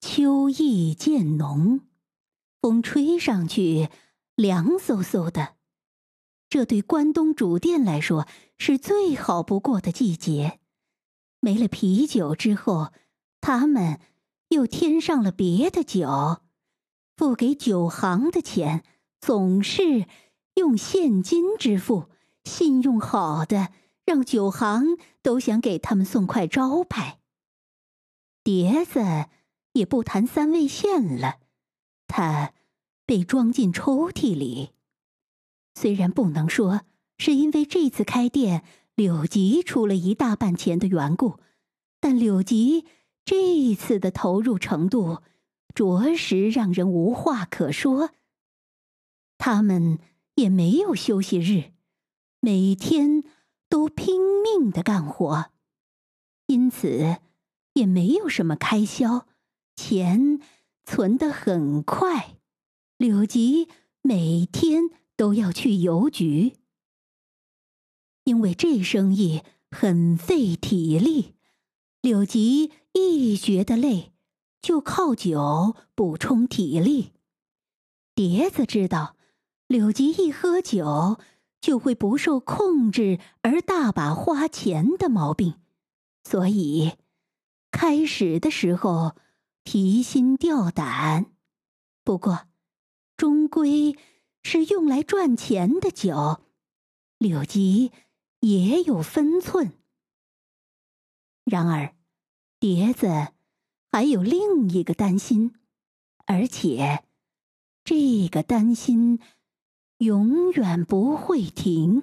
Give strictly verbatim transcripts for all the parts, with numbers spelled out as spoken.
秋意渐浓，风吹上去凉飕飕的。这对关东煮店来说是最好不过的季节。没了啤酒之后，他们又添上了别的酒。付给酒行的钱总是用现金支付，信用好的让酒行都想给他们送块招牌。碟子也不弹三味线了，它被装进抽屉里。虽然不能说是因为这次开店柳吉出了一大半钱的缘故，但柳吉这一次的投入程度着实让人无话可说。他们也没有休息日，每天都拼命地干活，因此也没有什么开销，钱存得很快。柳吉每天都要去邮局，因为这生意很费体力，柳吉一觉得累，就靠酒补充体力。碟子知道，柳吉一喝酒就会不受控制而大把花钱的毛病，所以开始的时候提心吊胆。不过，终归是用来赚钱的酒，柳吉也有分寸。然而，碟子还有另一个担心，而且这个担心永远不会停。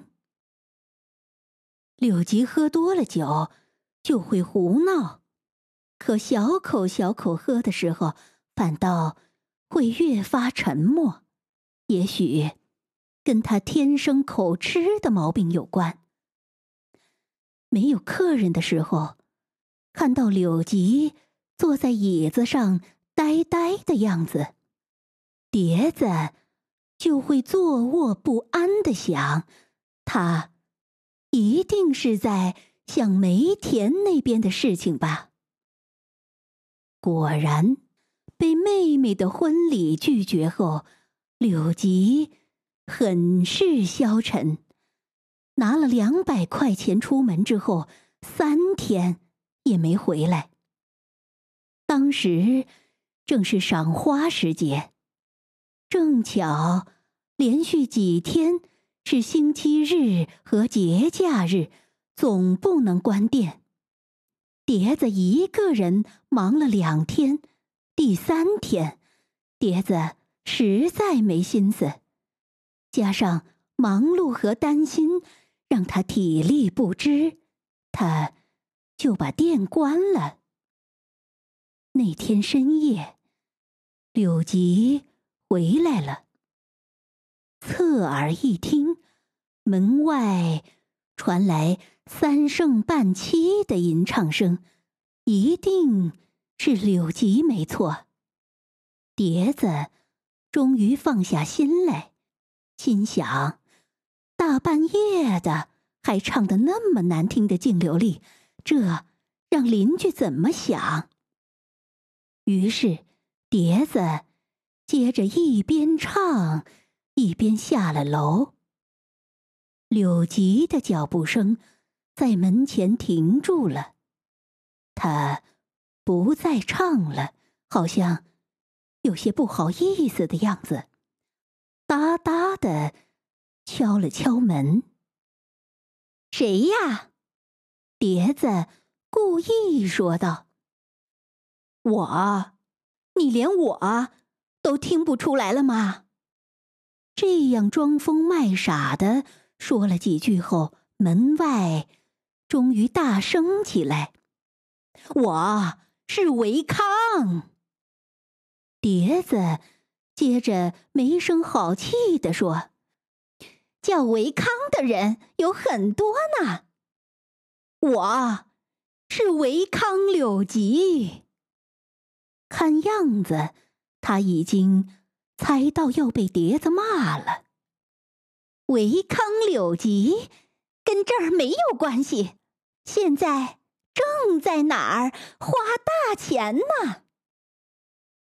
柳吉喝多了酒就会胡闹，可小口小口喝的时候，反倒会越发沉默。也许跟他天生口吃的毛病有关。没有客人的时候，看到柳吉坐在椅子上呆呆的样子，碟子就会坐卧不安地想，他一定是在想梅田那边的事情吧。果然，被妹妹的婚礼拒绝后，柳吉很是消沉。拿了两百块钱出门之后，三天也没回来。当时正是赏花时节，正巧连续几天是星期日和节假日，总不能关店。碟子一个人忙了两天，第三天，碟子实在没心思，加上忙碌和担心让他体力不支，他就把店关了。那天深夜，柳吉回来了，侧耳一听，门外传来三声半凄的吟唱声，一定是柳吉没错。碟子终于放下心来，心想，大半夜的还唱得那么难听的净流丽，这让邻居怎么想？于是碟子接着一边唱一边下了楼。柳吉的脚步声在门前停住了，他不再唱了，好像有些不好意思的样子，哒哒地敲了敲门。谁呀？碟子故意说道。我，你连我都听不出来了吗？这样装疯卖傻的说了几句后，门外终于大声起来。我是维康。碟子接着没声好气地说，叫维康的人有很多呢。我是维康柳吉。看样子他已经猜到要被碟子骂了。维康柳吉跟这儿没有关系，现在正在哪儿花大钱呢？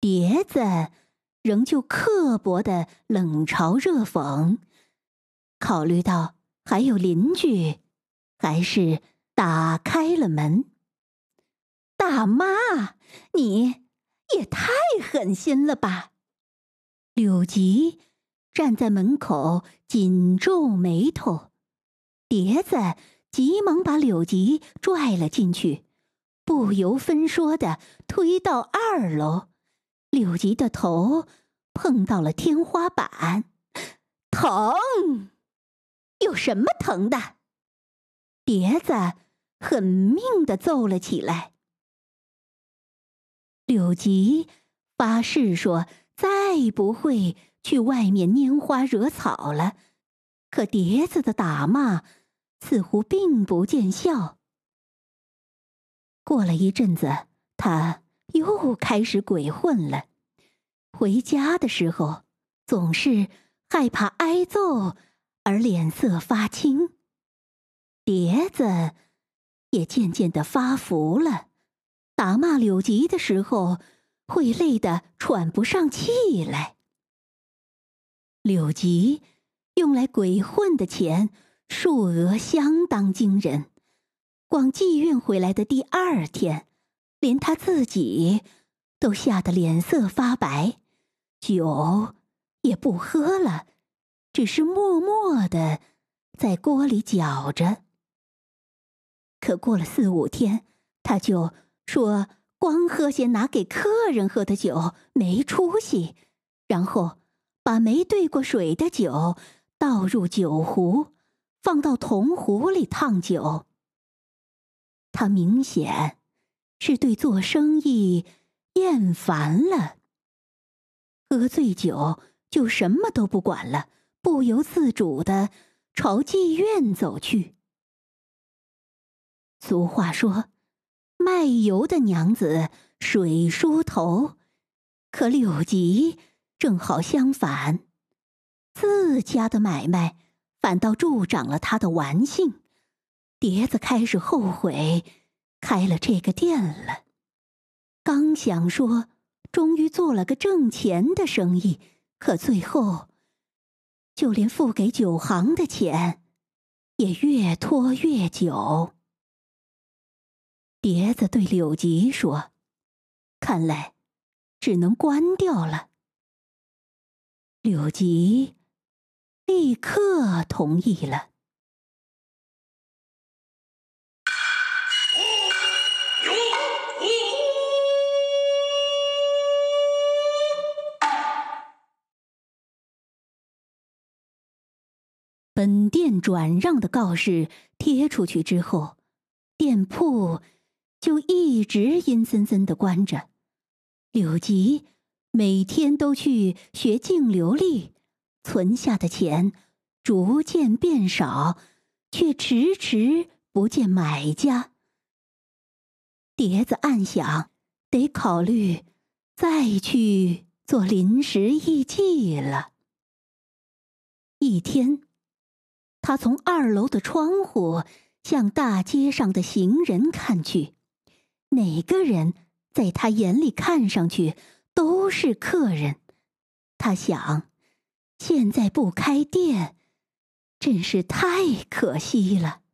碟子仍旧刻薄的冷嘲热讽。考虑到还有邻居，还是打开了门。大妈，你也太狠心了吧！柳吉站在门口紧皱眉头，碟子急忙把柳吉拽了进去，不由分说的推到二楼。柳吉的头碰到了天花板，疼！有什么疼的？碟子狠命地揍了起来。柳吉发誓说再不会去外面拈花惹草了，可碟子的打骂似乎并不见效。过了一阵子，他又开始鬼混了。回家的时候，总是害怕挨揍而脸色发青。碟子也渐渐地发福了，打骂柳吉的时候会累得喘不上气来。柳吉用来鬼混的钱数额相当惊人，光妓院回来的第二天，连他自己都吓得脸色发白，酒也不喝了，只是默默地在锅里搅着。可过了四五天，他就说光喝些拿给客人喝的酒没出息，然后把没兑过水的酒倒入酒壶，放到铜壶里烫酒。他明显是对做生意厌烦了，喝醉酒就什么都不管了，不由自主地朝妓院走去。俗话说，卖油的娘子水梳头，可柳吉正好相反，自家的买卖反倒助长了他的玩性。碟子开始后悔开了这个店了，刚想说终于做了个挣钱的生意，可最后就连付给酒行的钱也越拖越久。碟子对柳吉说：“看来只能关掉了。”柳吉立刻同意了。本店转让的告示贴出去之后，店铺就一直阴森森地关着。柳吉每天都去学净流利，存下的钱逐渐变少，却迟迟不见买家。碟子暗想，得考虑再去做临时艺妓了。一天，他从二楼的窗户向大街上的行人看去，哪个人在他眼里看上去都是客人。他想，现在不开店，真是太可惜了。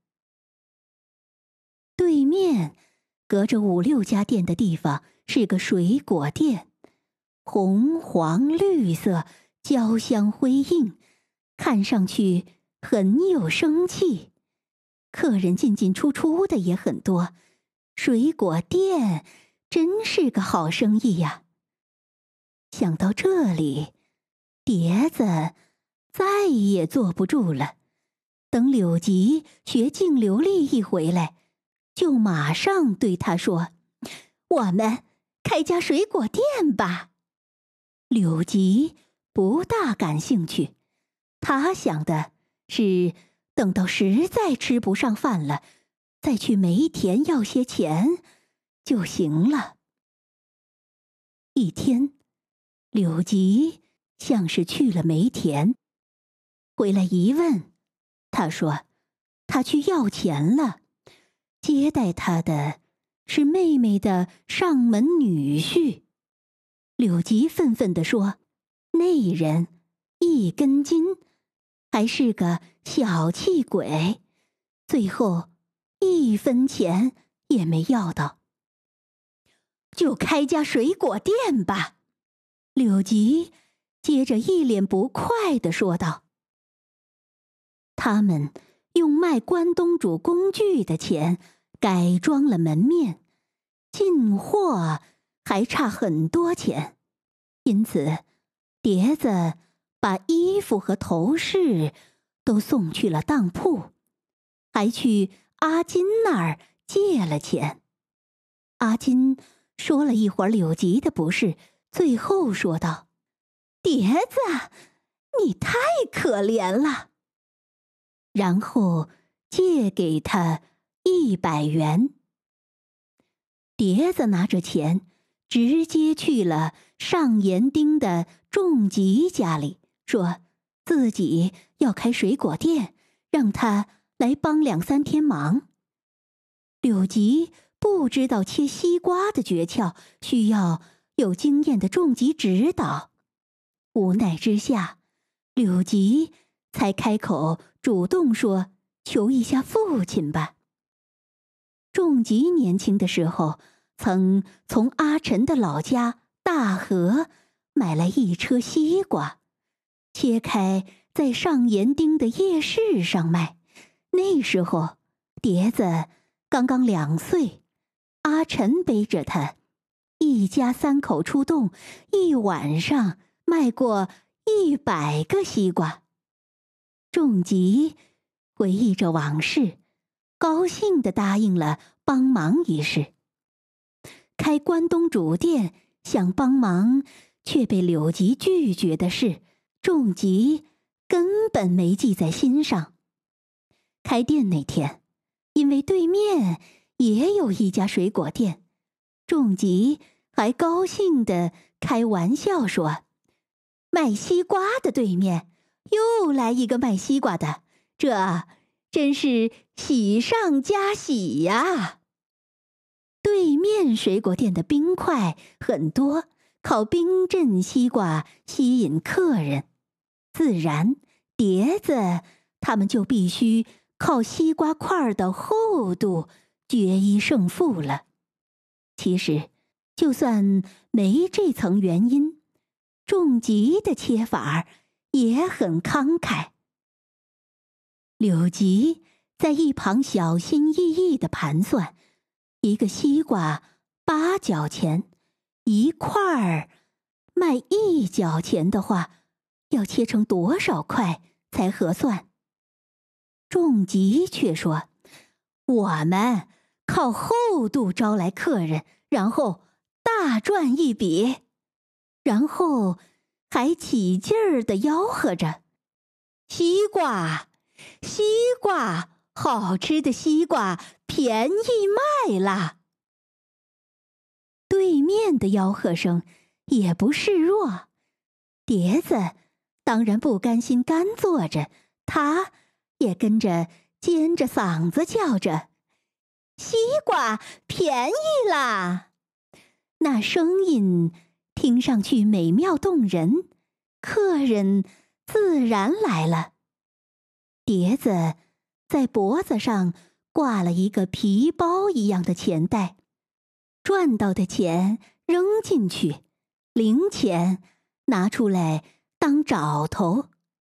对面隔着五六家店的地方是个水果店，红黄绿色交相辉映，看上去很有生气，客人进进出出的也很多，水果店真是个好生意呀。想到这里，碟子再也坐不住了。等柳吉学净流利一回来，就马上对他说：“我们开家水果店吧。”柳吉不大感兴趣，他想的是等到实在吃不上饭了，再去煤田要些钱就行了。一天，柳吉像是去了煤田，回来一问，他说他去要钱了，接待他的是妹妹的上门女婿。 柳吉愤愤地说：“那人一根筋，还是个小气鬼，最后一分钱也没要到。就开家水果店吧。”柳吉接着一脸不快地说道。他们用卖关东煮工具的钱改装了门面，进货还差很多钱，因此碟子把衣服和头饰都送去了当铺，还去阿金那儿借了钱。阿金说了一会儿柳吉的不是，最后说道：“碟子，你太可怜了。”然后借给他一百元。碟子拿着钱，直接去了上盐町的仲吉家里，说自己要开水果店，让他来帮两三天忙。柳吉不知道切西瓜的诀窍，需要有经验的仲吉指导。无奈之下，柳吉才开口主动说：“求一下父亲吧。”仲吉年轻的时候，曾从阿晨的老家大河买来一车西瓜，切开在上盐町的夜市上卖。那时候碟子刚刚两岁，阿晨背着他，一家三口出动，一晚上卖过一百个西瓜。仲吉回忆着往事，高兴地答应了帮忙一事。开关东煮店想帮忙，却被柳吉拒绝的事，仲吉根本没记在心上。开店那天，因为对面也有一家水果店，仲吉还高兴地开玩笑说：“卖西瓜的对面又来一个卖西瓜的，这真是喜上加喜呀！”对面水果店的冰块很多，靠冰镇西瓜吸引客人，自然碟子他们就必须靠西瓜块的厚度决一胜负了。其实就算没这层原因，仲吉的切法也很慷慨。柳吉在一旁小心翼翼地盘算，一个西瓜八角钱，一块儿卖一角钱的话，要切成多少块才合算？仲吉却说：“我们靠厚度招来客人，然后大赚一笔。”然后还起劲儿地吆喝着：“西瓜，西瓜，好吃的西瓜便宜卖啦！”对面的吆喝声也不示弱，碟子当然不甘心干坐着，他也跟着尖着嗓子叫着：“西瓜便宜啦！”那声音听上去美妙动人，客人自然来了。碟子在脖子上挂了一个皮包一样的钱袋，赚到的钱扔进去，零钱拿出来当找头。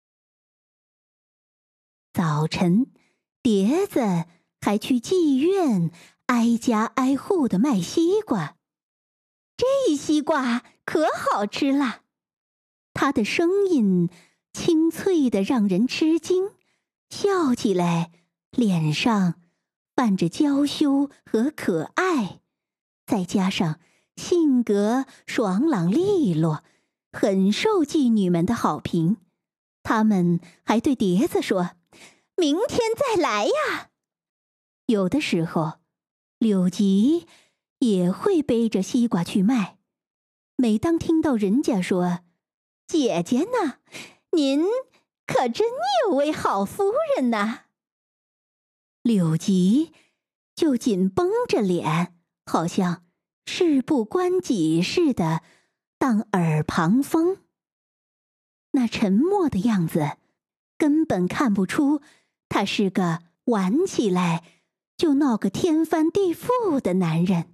早晨，碟子还去妓院挨家挨户地卖西瓜。这西瓜可好吃了，他的声音清脆得让人吃惊，笑起来脸上泛着娇羞和可爱，再加上性格爽朗利落，很受妓女们的好评。他们还对碟子说：“明天再来呀！”有的时候，柳吉也会背着西瓜去卖。每当听到人家说：“姐姐呢？您可真有位好夫人呐！”柳吉就紧绷着脸，好像事不关己似的， 当耳旁风。那沉默的样子，根本看不出他是个玩起来就闹个天翻地覆的男人。